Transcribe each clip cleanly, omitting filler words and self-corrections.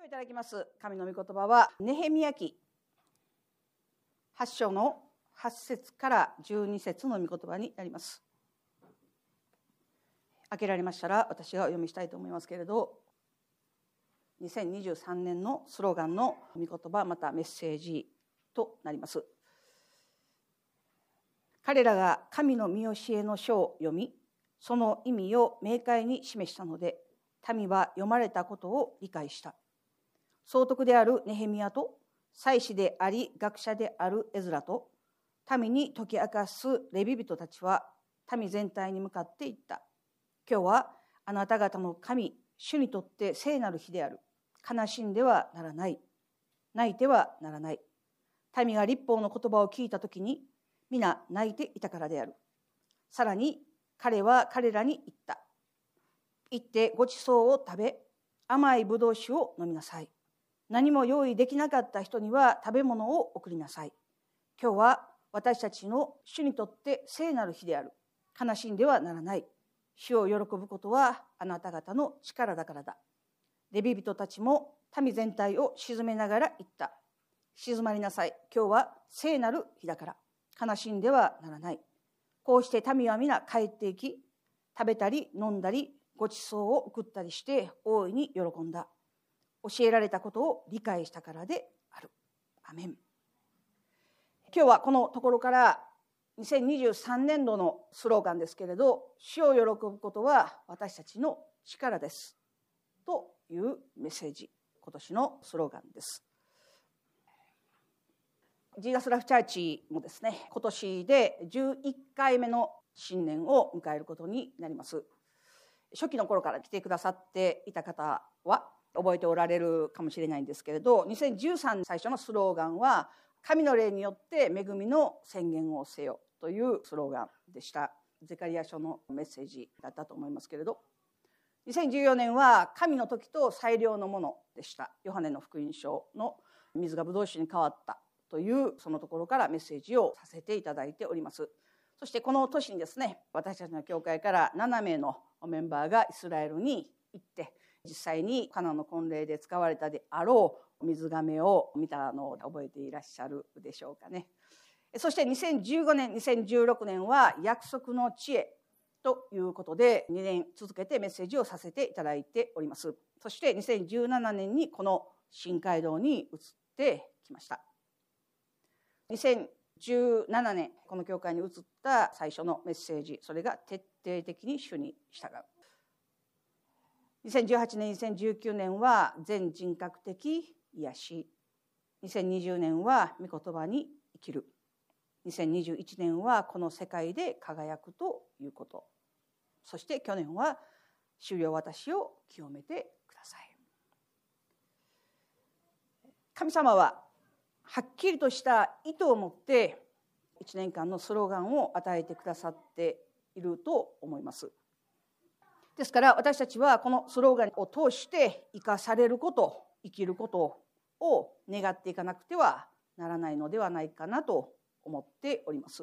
いただきます神の御言葉はネヘミヤ記8章の8節から12節の御言葉になります。開けられましたら私がお読みしたいと思いますけれど、2023年のスローガンの御言葉またメッセージとなります。彼らが神の御教えの書を読み、その意味を明快に示したので、民は読まれたことを理解した。総督であるネヘミヤと祭司であり学者であるエズラと民に解き明かすレビ人たちは民全体に向かって言った。今日はあなた方の神主にとって聖なる日である。悲しんではならない。泣いてはならない。民が律法の言葉を聞いたときに皆泣いていたからである。さらに彼は彼らに言った。行ってごちそうを食べ、甘いぶどう酒を飲みなさい。何も用意できなかった人には食べ物を送りなさい。今日は私たちの主にとって聖なる日である。悲しんではならない。主を喜ぶことはあなた方の力だからだ。レビ人たちも民全体を鎮めながら言った。静まりなさい。今日は聖なる日だから。悲しんではならない。こうして民は皆帰っていき、食べたり飲んだり、ごちそうを送ったりして大いに喜んだ。教えられたことを理解したからである。アメン。今日はこのところから2023年度のスローガンですけれど、主を喜ぶことは私たちの力ですというメッセージ、今年のスローガンです。ジーザスラフチャーチもですね、今年で11回目の新年を迎えることになります。初期の頃から来てくださっていた方は覚えておられるかもしれないんですけれど、2013年最初のスローガンは神の霊によって恵みの宣言をせよというスローガンでした。ゼカリア書のメッセージだったと思いますけれど、2014年は神の時と最良のものでした。ヨハネの福音書の水がブドウ酒に変わったというそのところからメッセージをさせていただいております。そしてこの年にですね、私たちの教会から7名のメンバーがイスラエルに行って、実際にカナンの婚礼で使われたであろう水甕を見たのを覚えていらっしゃるでしょうかね。そして2015年2016年は約束の地へということで2年続けてメッセージをさせていただいております。そして2017年にこの新街道に移ってきました。2017年この教会に移った最初のメッセージ、それが徹底的に主に従う。2018年2019年は全人格的癒し、2020年は御言葉に生きる、2021年はこの世界で輝くということ、そして去年は主よ私を清めてください。神様ははっきりとした意図を持って1年間のスローガンを与えてくださっていると思います。ですから私たちはこのスローガンを通して生かされること、生きることを願っていかなくてはならないのではないかなと思っております。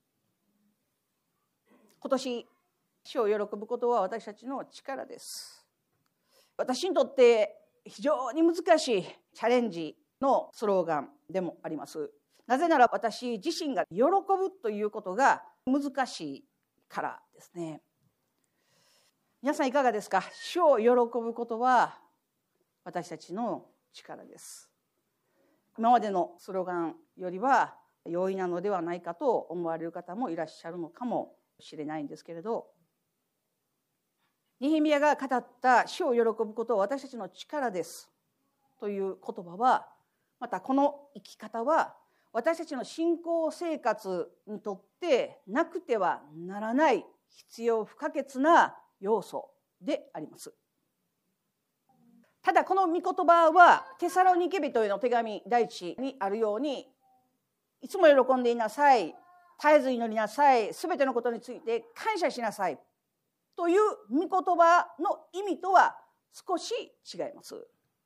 今年主を喜ぶことは私たちの力です。私にとって非常に難しいチャレンジのスローガンでもあります。なぜなら私自身が喜ぶということが難しいからですね。皆さんいかがですか？主を喜ぶことは私たちの力です。今までのスローガンよりは容易なのではないかと思われる方もいらっしゃるのかもしれないんですけれど、ネヘミヤが語った主を喜ぶことは私たちの力ですという言葉は、またこの生き方は私たちの信仰生活にとってなくてはならない必要不可欠な要素であります。ただこの御言葉はテサロニケ人への手紙第一にあるように、いつも喜んでいなさい、絶えず祈りなさい、すべてのことについて感謝しなさいという御言葉の意味とは少し違います。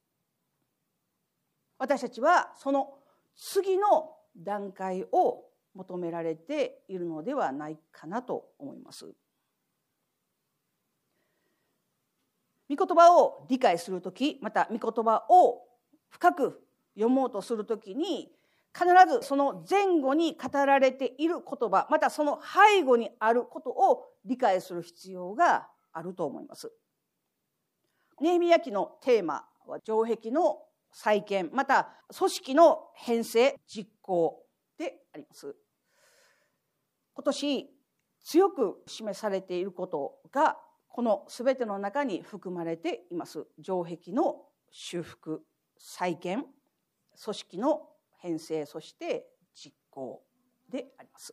私たちはその次の段階を求められているのではないかなと思います。 御言葉を理解するとき、また御言葉を深く読もうとするときに、必ずその前後に語られている言葉、またその背後にあることを理解する必要があると思います。ネヘミヤ記のテーマは城壁の再建、また組織の編成実行であります。今年強く示されていることがこのすべての中に含まれています。城壁の修復、再建、組織の編成、そして実行であります。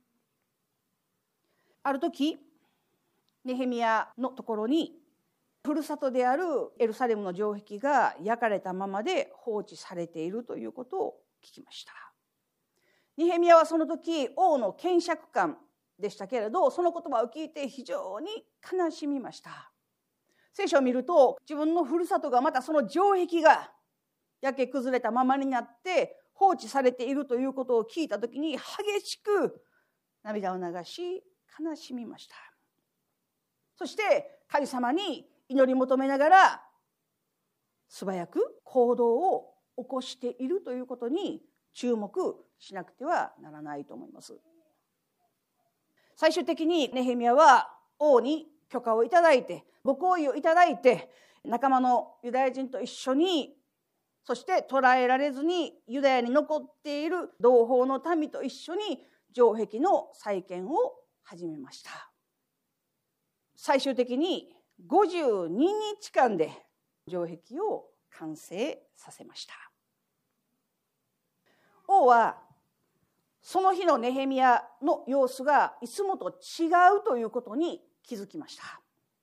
ある時ネヘミヤのところにふるさとであるエルサレムの城壁が焼かれたままで放置されているということを聞きました。ネヘミヤはその時王の検釈官でしたけれど、その言葉を聞いて非常に悲しみました。聖書を見ると、自分のふるさとがまたその城壁が焼け崩れたままになって放置されているということを聞いた時に激しく涙を流し悲しみました。そして神様に祈り求めながら素早く行動を起こしているということに注目しなくてはならないと思います。最終的にネヘミヤは王に許可をいただいて、ご好意をいただいて、仲間のユダヤ人と一緒に、そして捕らえられずにユダヤに残っている同胞の民と一緒に城壁の再建を始めました。最終的に52日間で城壁を完成させました。王はその日のネヘミヤの様子がいつもと違うということに気づきました。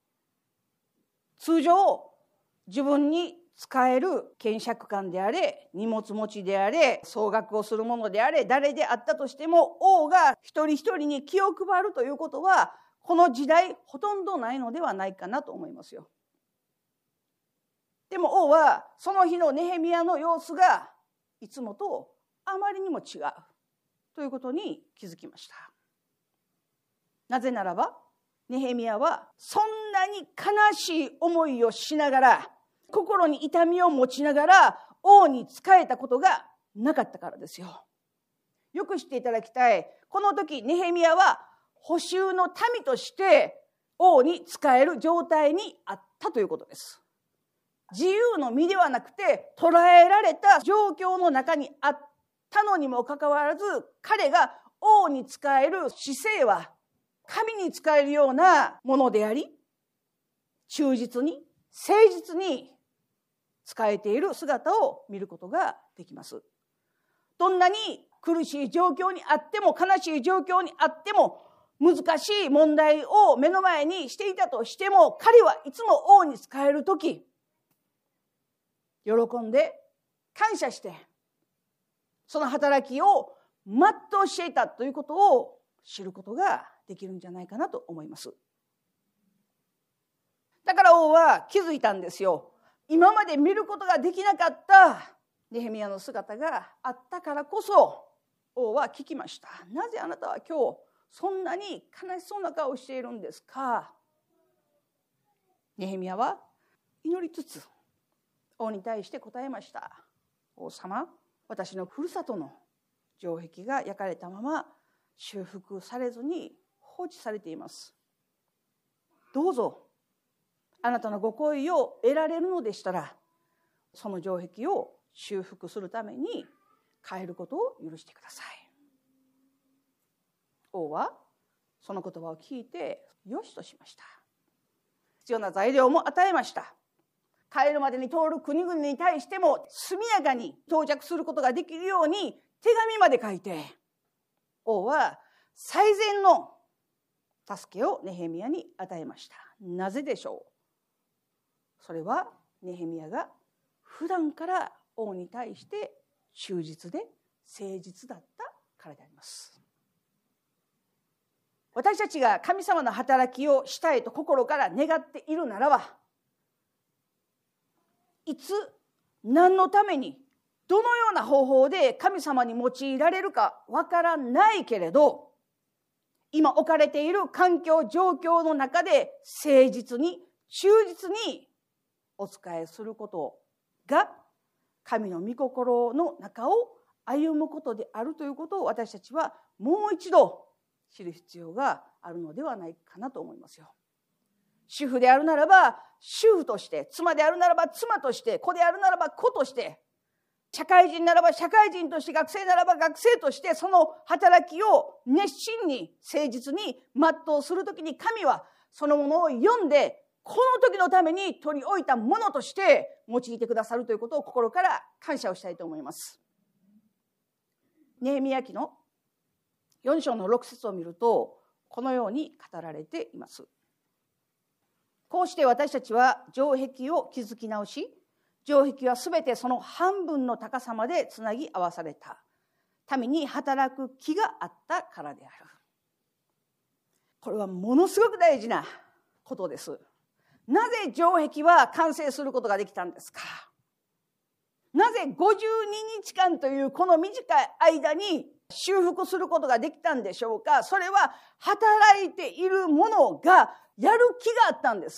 通常自分に使える検釈官であれ、荷物持ちであれ、総額をする者であれ、誰であったとしても王が一人一人に気を配るということはこの時代ほとんどないのではないかなと思いますよ。でも王はその日のネヘミヤの様子がいつもとあまりにも違うということに気づきました。なぜならばネヘミヤはそんなに悲しい思いをしながら、心に痛みを持ちながら王に仕えたことがなかったからですよ。よく知っていただきたい。この時ネヘミヤは捕囚の民として王に仕える状態にあったということです。自由の身ではなくて捕らえられた状況の中にあったのにもかかわらず、彼が王に仕える姿勢は神に仕えるようなものであり、忠実に誠実に仕えている姿を見ることができます。どんなに苦しい状況にあっても、悲しい状況にあっても、難しい問題を目の前にしていたとしても、彼はいつも王に仕えるとき、喜んで感謝してその働きを全うしていたということを知ることができるんじゃないかなと思います。だから王は気づいたんですよ。今まで見ることができなかったネヘミヤの姿があったからこそ、王は聞きました。なぜあなたは今日そんなに悲しそうな顔をしているんですか。ネヘミヤは祈りつつ王に対して答えました。王様、私のふるさとの城壁が焼かれたまま修復されずに放置されています。どうぞあなたのご好意を得られるのでしたら、その城壁を修復するために変えることを許してください。王はその言葉を聞いてよしとしました。必要な材料も与えました。帰るまでに通る国々に対しても速やかに到着することができるように手紙まで書いて、王は最善の助けをネヘミヤに与えました。なぜでしょう。それはネヘミヤが普段から王に対して忠実で誠実だったからであります。私たちが神様の働きをしたいと心から願っているならば、いつ何のためにどのような方法で神様に用いられるかわからないけれど、今置かれている環境状況の中で誠実に忠実にお仕えすることが神の御心の中を歩むことであるということを私たちはもう一度知る必要があるのではないかなと思いますよ。主婦であるならば主婦として、妻であるならば妻として、子であるならば子として、社会人ならば社会人として、学生ならば学生として、その働きを熱心に誠実に全うするときに、神はそのものを読んでこの時のために取り置いたものとして用いてくださるということを心から感謝をしたいと思います。ネヘミヤ記の4章の6節を見るとこのように語られています。こうして私たちは城壁を築き直し、城壁はすべてその半分の高さまでつなぎ合わされた。民に働く気があったからである。これはものすごく大事なことです。なぜ城壁は完成することができたんですか。なぜ52日間というこの短い間に修復することができたんでしょうか。それは働いている者がやる気があったんです。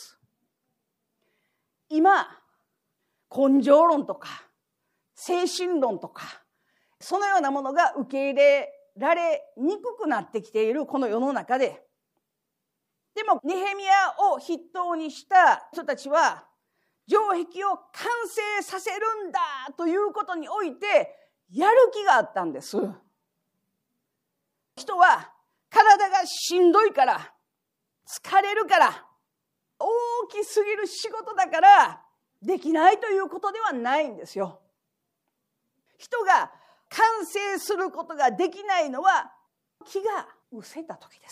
今根性論とか精神論とかそのようなものが受け入れられにくくなってきているこの世の中で、でもネヘミヤを筆頭にした人たちは城壁を完成させるんだということにおいてやる気があったんです。人は体がしんどいから、疲れるから、大きすぎる仕事だからできないということではないんですよ。人が完成することができないのは気が失せた時です。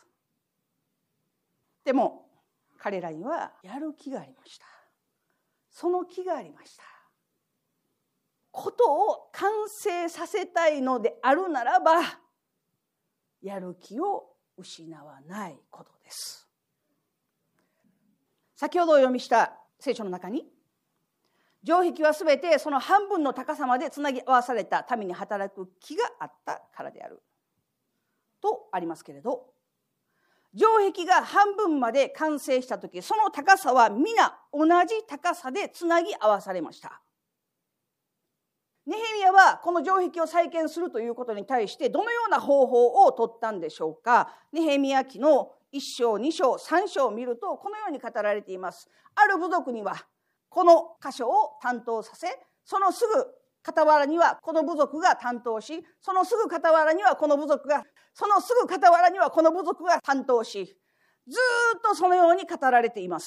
でも彼らにはやる気がありました。その気がありました。ことを完成させたいのであるならば、やる気を失わないことです。先ほどお読みした聖書の中に、城壁はすべてその半分の高さまでつなぎ合わされた民に働く気があったからであるとありますけれど、城壁が半分まで完成したとき、その高さは皆同じ高さでつなぎ合わされました。ネヘミヤはこの城壁を再建するということに対してどのような方法を取ったんでしょうか。ネヘミヤ記の1章2章3章を見るとこのように語られています。ある部族にはこの箇所を担当させ、そのすぐ傍らにはこの部族が担当し、そのすぐ傍らにはこの部族が、そのすぐ傍らにはこの部族が担当し、ずっとそのように語られています。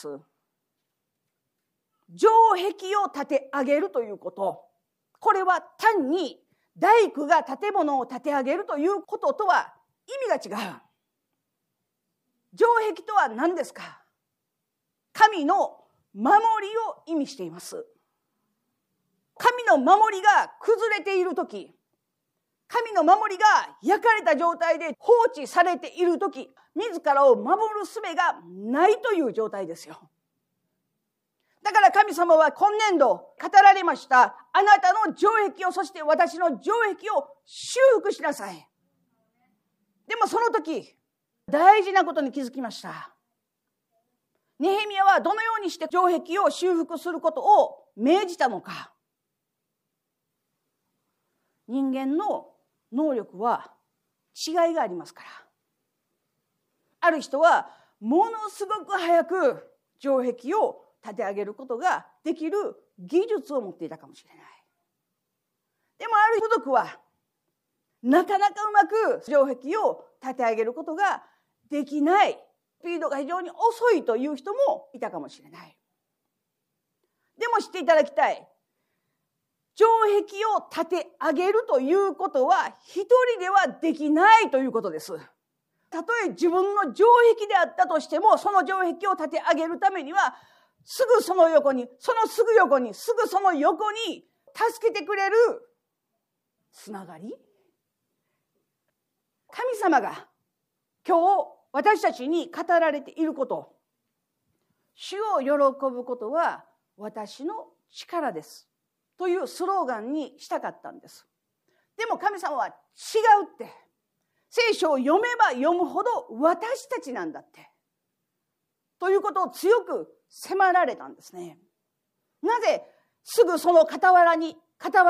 城壁を建て上げるということ、これは単に大工が建物を建て上げるということとは意味が違う。城壁とは何ですか。神の守りを意味しています。神の守りが崩れているとき、神の守りが焼かれた状態で放置されているとき、自らを守る術がないという状態ですよ。だから神様は今年度語られました。あなたの城壁を、そして私の城壁を修復しなさい。でもその時、大事なことに気づきました。ネヘミヤはどのようにして城壁を修復することを命じたのか。人間の能力は違いがありますから。ある人はものすごく早く城壁を建て上げることができる技術を持っていたかもしれない。でもある部族はなかなかうまく城壁を建て上げることができない、スピードが非常に遅いという人もいたかもしれない。でも知っていただきたい。城壁を建て上げるということは一人ではできないということです。たとえ自分の城壁であったとしても、その城壁を建て上げるためにはすぐその横に、そのすぐ横に、すぐその横に助けてくれるつながり。神様が今日私たちに語られていること、主を喜ぶことは私の力ですというスローガンにしたかったんです。でも神様は違うって、聖書を読めば読むほど私たちなんだってということを強く迫られたんですね。 なぜすぐその傍らに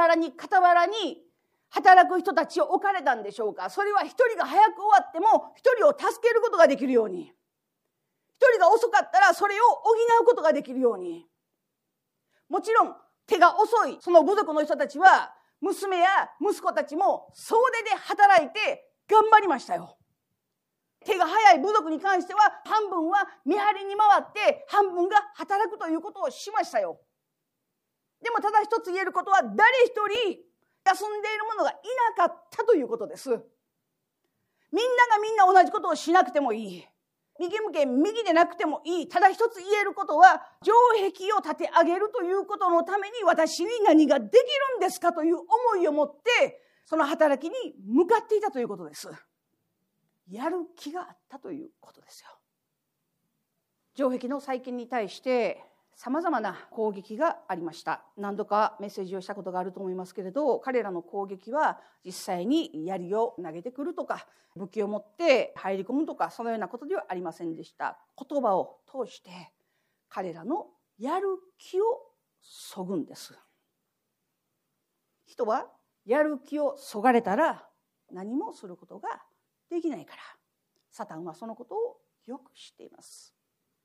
働く人たちを置かれたんでしょうか。それは一人が早く終わっても一人を助けることができるように、一人が遅かったらそれを補うことができるように。もちろん手が遅いその部族の人たちは、娘や息子たちも総出で働いて頑張りましたよ。手が早い部族に関しては半分は見張りに回って半分が働くということをしましたよ。でもただ一つ言えることは、誰一人休んでいる者がいなかったということです。みんながみんな同じことをしなくてもいい。右向け右でなくてもいい。ただ一つ言えることは、城壁を建て上げるということのために私に何ができるんですかという思いを持ってその働きに向かっていたということです。やる気があったということですよ。城壁の再建に対してさまざまな攻撃がありました。何度かメッセージをしたことがあると思いますけれど、彼らの攻撃は実際に槍を投げてくるとか武器を持って入り込むとか、そのようなことではありませんでした。言葉を通して彼らのやる気をそぐんです。人はやる気をそがれたら何もすることができないから、サタンはそのことをよく知っています。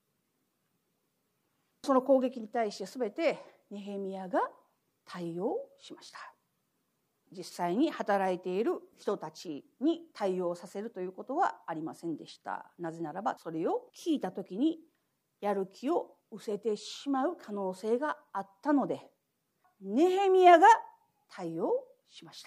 その攻撃に対して全てネヘミヤが対応しました。実際に働いている人たちに対応させるということはありませんでした。なぜならばそれを聞いたときにやる気を失せてしまう可能性があったので、ネヘミヤが対応しました。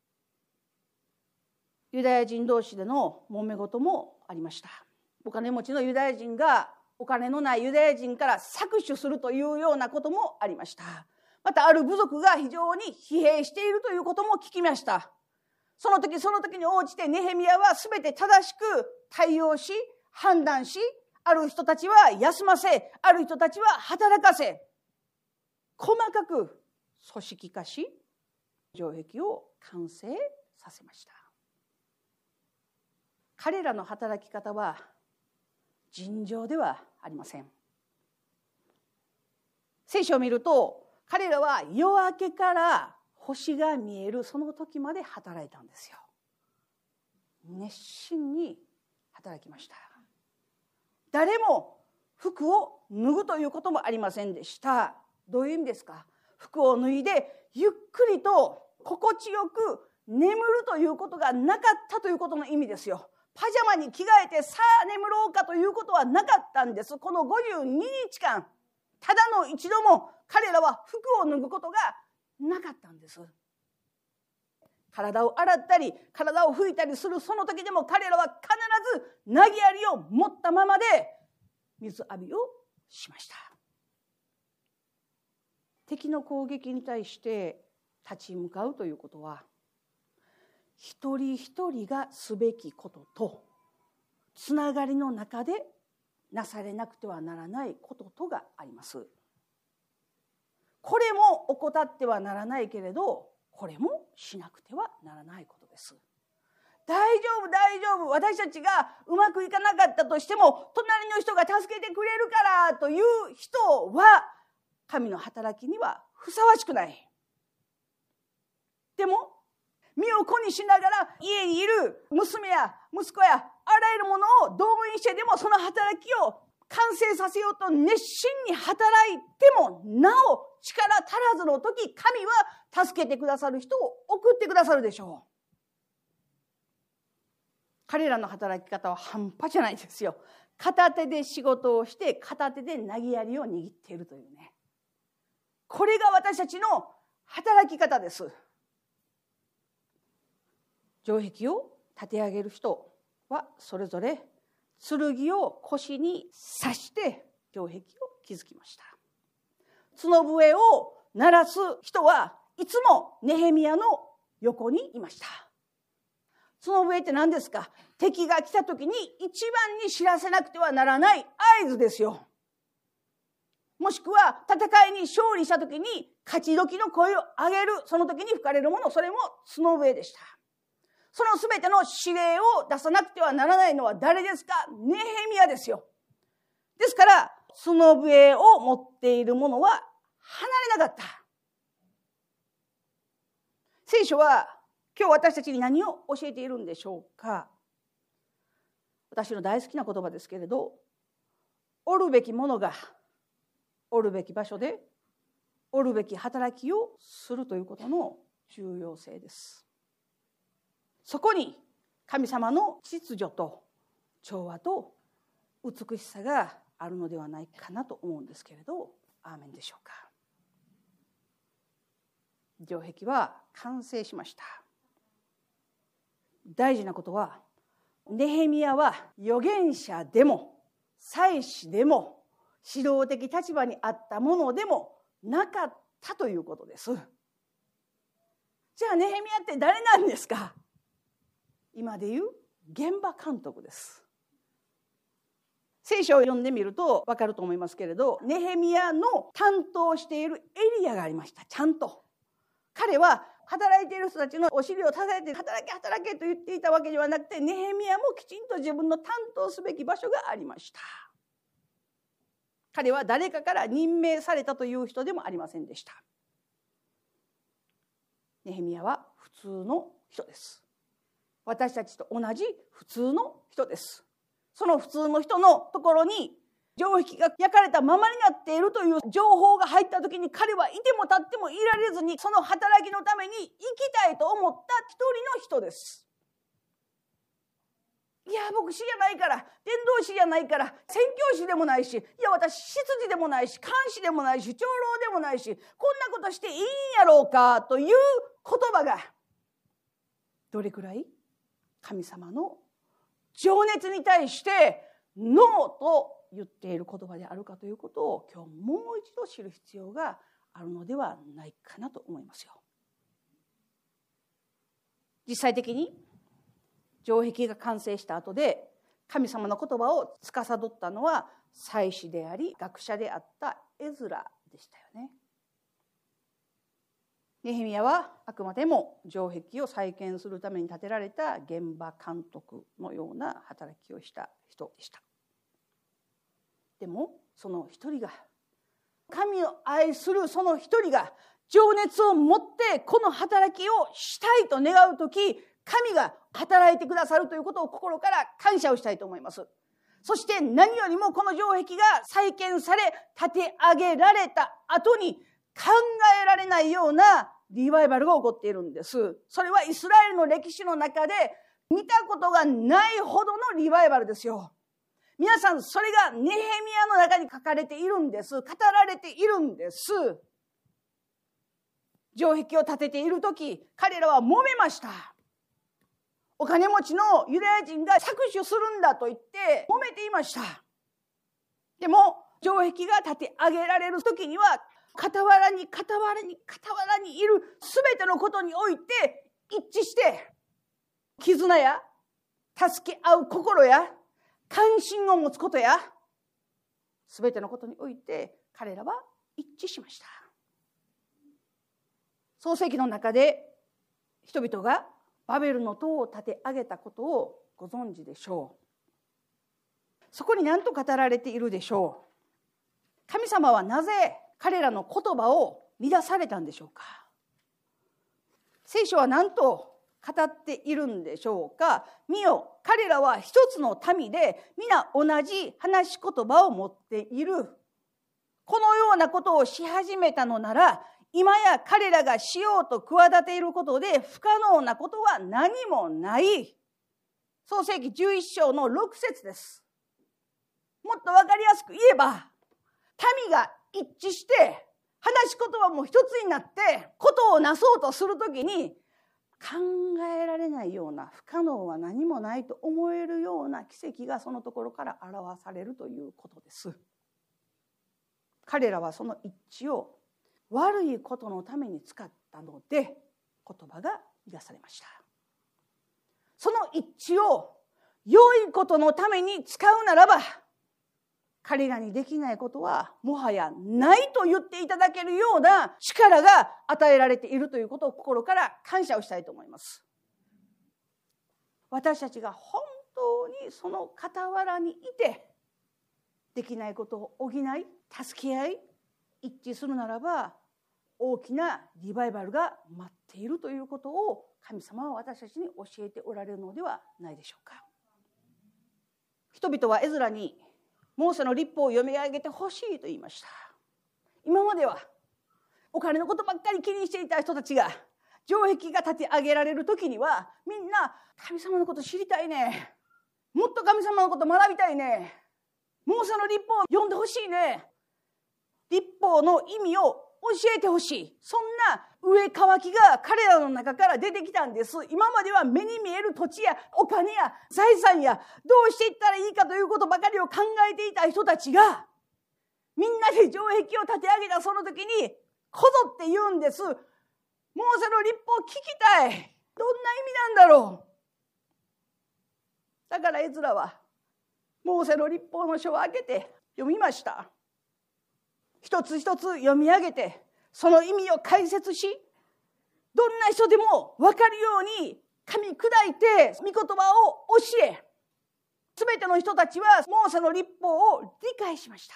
ユダヤ人同士での揉め事もありました。お金持ちのユダヤ人がお金のないユダヤ人から搾取するというようなこともありました。またある部族が非常に疲弊しているということも聞きました。その時に応じてネヘミヤは全て正しく対応し判断し、ある人たちは休ませ、ある人たちは働かせ、細かく組織化し城壁を完成させました。彼らの働き方は尋常ではありません。聖書を見ると彼らは夜明けから星が見えるその時まで働いたんですよ。熱心に働きました。誰も服を脱ぐということもありませんでした。どういう意味ですか？服を脱いでゆっくりと心地よく眠るということがなかったということの意味ですよ。パジャマに着替えてさあ眠ろうかということはなかったんです。この52日間ただの一度も彼らは服を脱ぐことがなかったんです。体を洗ったり体を拭いたりするその時でも彼らは必ず投げ槍を持ったままで水浴びをしました。敵の攻撃に対して立ち向かうということは、一人一人がすべきこととつながりの中でなされなくてはならないこととがあります。これも怠ってはならないけれど、これもしなくてはならないことです。大丈夫、私たちがうまくいかなかったとしても隣の人が助けてくれるからという人は神の働きにはふさわしくない。でも身を粉にしながら家にいる娘や息子やあらゆるものを動員してでもその働きを完成させようと熱心に働いてもなお力足らずの時、神は助けてくださる人を送ってくださるでしょう。彼らの働き方は半端じゃないですよ。片手で仕事をして片手で投げ槍を握っているというね。これが私たちの働き方です。城壁を立て上げる人はそれぞれ剣を腰に刺して城壁を築きました。角笛を鳴らす人はいつもネヘミヤの横にいました。角笛って何ですか？敵が来た時に一番に知らせなくてはならない合図ですよ。もしくは戦いに勝利した時に勝ち時の声を上げる、その時に吹かれるもの、それも角笛でした。そのすべての指令を出さなくてはならないのは誰ですか？ネヘミヤですよ。ですから角笛を持っている者は離れなかった。聖書は今日私たちに何を教えているんでしょうか。私の大好きな言葉ですけれど、おるべきものがおるべき場所でおるべき働きをするということの重要性です。そこに神様の秩序と調和と美しさがあるのではないかなと思うんですけれど、アーメンでしょうか。城壁は完成しました。大事なことは、ネヘミヤは預言者でも祭司でも指導的立場にあったものでもなかったということです。じゃあネヘミヤって誰なんですか。今でいう現場監督です。聖書を読んでみると分かると思いますけれど、ネヘミヤの担当しているエリアがありました。ちゃんと彼は働いている人たちのお尻を叩いて働け働けと言っていたわけではなくて、ネヘミヤもきちんと自分の担当すべき場所がありました。彼は誰かから任命されたという人でもありませんでした。ネヘミヤは普通の人です。私たちと同じ普通の人です。その普通の人のところに城壁が焼かれたままになっているという情報が入った時に、彼はいても立ってもいられずに、その働きのために生きたいと思った一人の人です。いや牧師じゃないから、伝道師じゃないから、宣教師でもないし、いや私執事でもないし、監視でもないし、長老でもないし、こんなことしていいんやろうかという言葉がどれくらい神様の情熱に対してノーと言っている言葉であるかということを今日もう一度知る必要があるのではないかなと思いますよ。実際的に城壁が完成した後で神様の言葉を司ったのは祭司であり学者であったエズラでしたよね。ネヘミヤはあくまでも城壁を再建するために建てられた現場監督のような働きをした人でした。でもその一人が、神を愛するその一人が情熱を持ってこの働きをしたいと願うとき、神が働いてくださるということを心から感謝をしたいと思います。そして何よりもこの城壁が再建され建て上げられた後に考えられないようなリバイバルが起こっているんです。それはイスラエルの歴史の中で見たことがないほどのリバイバルですよ。皆さん、それがネヘミヤの中に書かれているんです。語られているんです。城壁を建てているとき、彼らは揉めました。お金持ちのユダヤ人が搾取するんだと言って揉めていました。でも城壁が建て上げられるときには、傍らにいるすべてのことにおいて一致して、絆や助け合う心や関心を持つことや、すべてのことにおいて彼らは一致しました。創世記の中で人々がバベルの塔を建て上げたことをご存知でしょう。そこに何と語られているでしょう。神様はなぜ彼らの言葉を乱されたんでしょうか。聖書は何と語っているんでしょうか。見よ、彼らは一つの民で皆同じ話し言葉を持っている。このようなことをし始めたのなら、今や彼らがしようと企ていることで不可能なことは何もない。創世記11章の6節です。もっとわかりやすく言えば、民が一致して話し言葉も一つになってことをなそうとするときに、考えられないような、不可能は何もないと思えるような奇跡がそのところから表されるということです。彼らはその一致を悪いことのために使ったので言葉が乱されました。その一致を良いことのために使うならば、彼らにできないことはもはやないと言っていただけるような力が与えられているということを心から感謝をしたいと思います。私たちが本当にその傍らにいて、できないことを補い、助け合い、 一致するならば大きなリバイバルが待っているということを神様は私たちに教えておられるのではないでしょうか。人々はエズラにモーセの律法を読み上げてほしいと言いました。今まではお金のことばっかり気にしていた人たちが城壁が建て上げられる時にはみんな神様のこと知りたいね、もっと神様のこと学びたいね、モーセの律法を読んでほしいね、律法の意味を教えてほしい、そんな上乾きが彼らの中から出てきたんです。今までは目に見える土地やお金や財産やどうしていったらいいかということばかりを考えていた人たちがみんなで城壁を建て上げたその時にこぞって言うんです。モーセの律法聞きたい。どんな意味なんだろう。だからエズラはモーセの律法の書を開けて読みました。一つ一つ読み上げてその意味を解説し、どんな人でも分かるように噛み砕いて御言葉を教え、すべての人たちはモーセの律法を理解しました。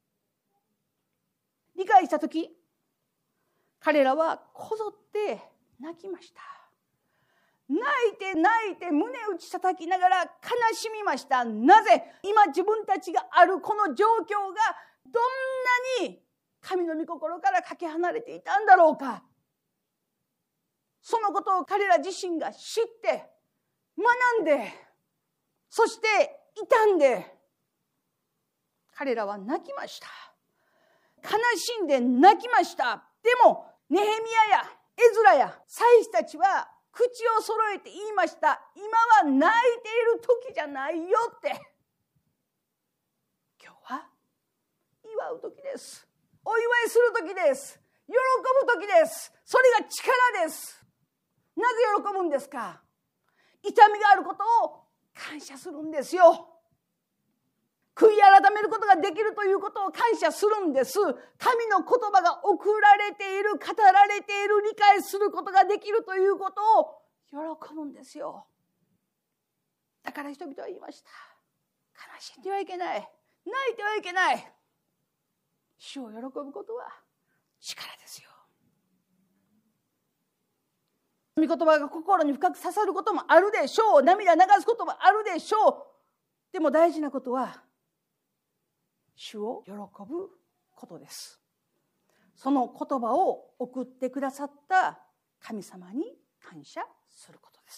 理解したとき彼らはこぞって泣きました。泣いて胸打ち叩きながら悲しみました。なぜ今自分たちがあるこの状況がどんなに神の御心からかけ離れていたんだろうか。そのことを彼ら自身が知って学んで、そして傷んで彼らは泣きました。悲しんで泣きました。でもネヘミヤやエズラや祭司たちは口を揃えて言いました。今は泣いている時じゃないよって。今日は祝う時です。お祝いする時です。喜ぶ時です。それが力です。なぜ喜ぶんですか。痛みがあることを感謝するんですよ。悔い改めることができるということを感謝するんです。神の言葉が送られている、語られている、理解することができるということを喜ぶんですよ。だから人々は言いました。悲しんではいけない。泣いてはいけない。主を喜ぶことは力ですよ。御言葉が心に深く刺さることもあるでしょう。涙流すこともあるでしょう。でも大事なことは主を喜ぶことです。その言葉を送ってくださった神様に感謝することです。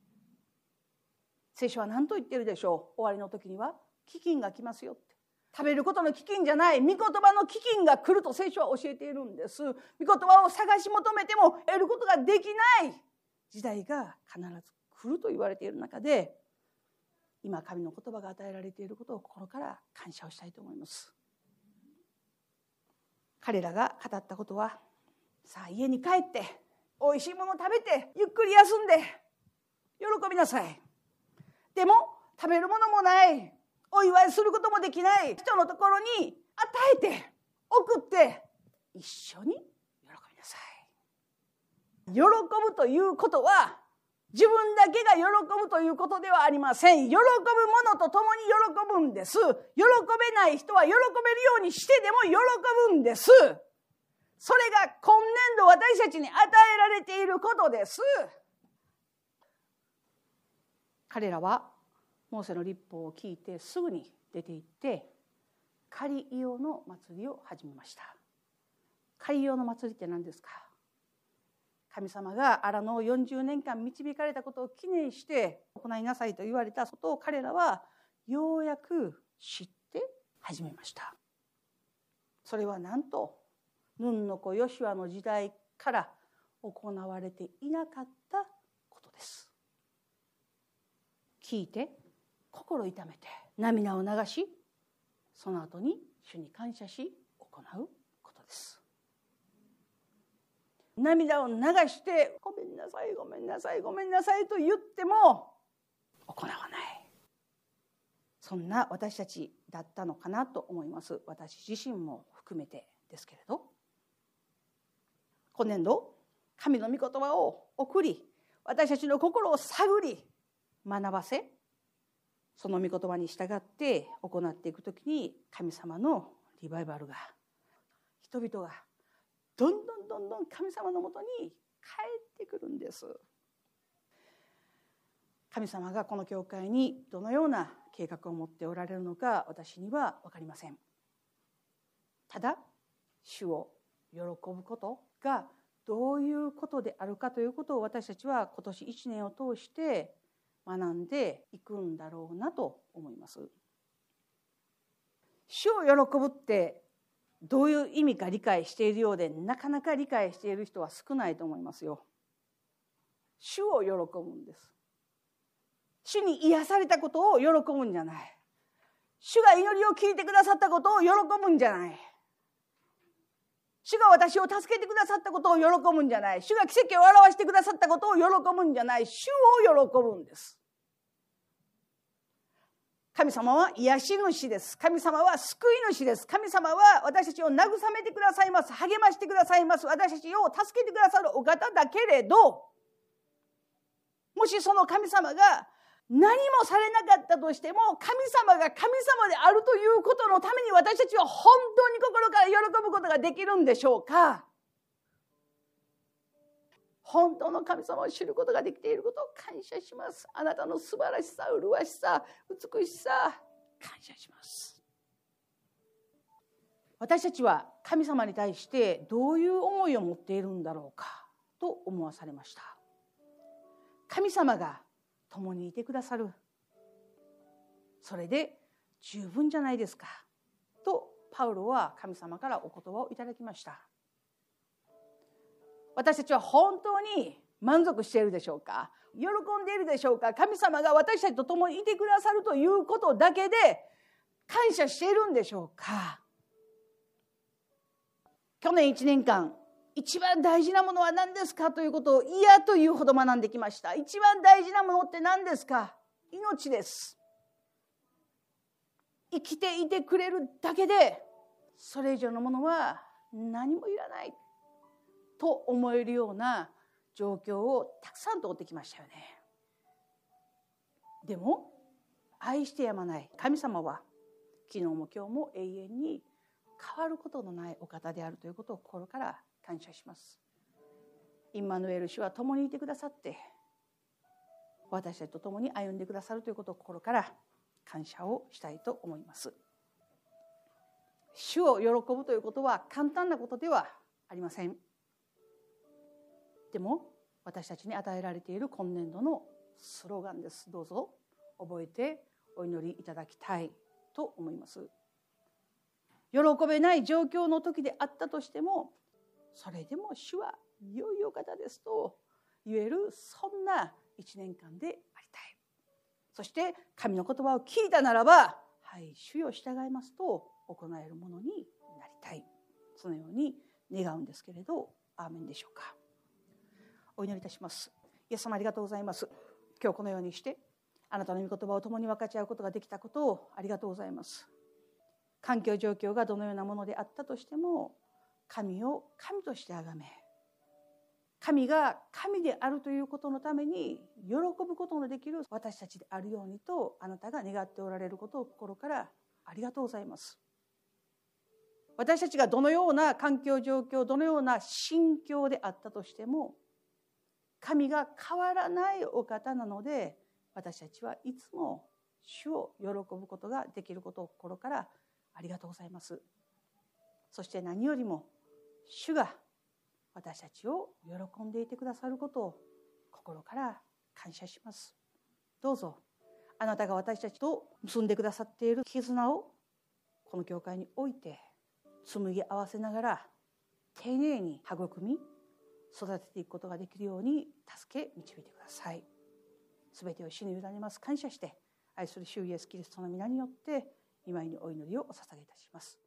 聖書は何と言っているでしょう。終わりの時には飢饉が来ますよって。食べることの飢饉じゃない、御言葉の飢饉が来ると聖書は教えているんです。御言葉を探し求めても得ることができない時代が必ず来ると言われている中で、今神の言葉が与えられていることを心から感謝をしたいと思います。彼らが語ったことは、さあ家に帰っておいしいものを食べてゆっくり休んで喜びなさい。でも食べるものもない、お祝いすることもできない人のところに与えて送って一緒に喜びなさい。喜ぶということは自分だけが喜ぶということではありません。喜ぶ者と共に喜ぶんです。喜べない人は喜べるようにしてでも喜ぶんです。それが今年度私たちに与えられていることです。彼らはモーセの律法を聞いてすぐに出て行ってカリイオの祭りを始めました。カリイオの祭りって何ですか。神様が荒野を40年間導かれたことを記念して行いなさいと言われたことを彼らはようやく知って始めました。それはなんとヌンの子ヨシュアの時代から行われていなかったことです。聞いて心痛めて涙を流し、その後に主に感謝し行うことです。涙を流してごめんなさいごめんなさいごめんなさいと言っても行わない、そんな私たちだったのかなと思います。私自身も含めてですけれど、今年度神の御言葉を送り、私たちの心を探り学ばせ、その御言葉に従って行っていくときに神様のリバイバルが人々がどんどん神様のもとに帰ってくるんです。神様がこの教会にどのような計画を持っておられるのか私には分かりません。ただ主を喜ぶことがどういうことであるかということを私たちは今年1年を通して学んでいくんだろうなと思います。主を喜ぶってどういう意味か理解しているようで、なかなか理解している人は少ないと思いますよ。主を喜ぶんです。主に癒されたことを喜ぶんじゃない。主が祈りを聞いてくださったことを喜ぶんじゃない。主が私を助けてくださったことを喜ぶんじゃない。主が奇跡を表してくださったことを喜ぶんじゃない。主を喜ぶんです。神様は癒し主です。神様は救い主です。神様は私たちを慰めてくださいます。励ましてくださいます。私たちを助けてくださるお方だけれど、もしその神様が何もされなかったとしても、神様が神様であるということのために私たちは本当に心から喜ぶことができるんでしょうか。本当の神様を知ることができていることを感謝します。あなたの素晴らしさ、麗しさ、美しさ、感謝します。私たちは神様に対してどういう思いを持っているんだろうかと思わされました。神様が共にいてくださる、それで十分じゃないですかとパウロは神様からお言葉をいただきました。私たちは本当に満足しているでしょうか。喜んでいるでしょうか。神様が私たちと共にいてくださるということだけで感謝しているんでしょうか。去年1年間一番大事なものは何ですかということを嫌というほど学んできました。一番大事なものって何ですか。命です。生きていてくれるだけでそれ以上のものは何もいらないと思えるような状況をたくさん通ってきましたよね。でも愛してやまない神様は昨日も今日も永遠に変わることのないお方であるということを心から感謝します。インマヌエル主は共にいてくださって私たちと共に歩んでくださるということを心から感謝をしたいと思います。主を喜ぶということは簡単なことではありません。でも私たちに与えられている今年度のスローガンです。どうぞ覚えてお祈りいただきたいと思います。喜べない状況の時であったとしても、それでも主は良いお方ですと言える、そんな1年間でありたい。そして神の言葉を聞いたならば、はい、主よ従いますと行えるものになりたい。そのように願うんですけれど、アーメンでしょうか。お祈りいたします。イエス様ありがとうございます。今日このようにしてあなたの御言葉を共に分かち合うことができたことをありがとうございます。環境状況がどのようなものであったとしても、神を神として崇め、神が神であるということのために喜ぶことのできる私たちであるようにとあなたが願っておられることを心からありがとうございます。私たちがどのような環境状況、どのような心境であったとしても、神が変わらないお方なので、私たちはいつも主を喜ぶことができることを心からありがとうございます。そして何よりも主が私たちを喜んでいてくださることを心から感謝します。どうぞあなたが私たちと結んでくださっている絆をこの教会において紡ぎ合わせながら丁寧に育み育てていくことができるように助け導いてください。すべてを主に委ねます。感謝して愛する主イエスキリストの皆によって御前にお祈りをお捧げいたします。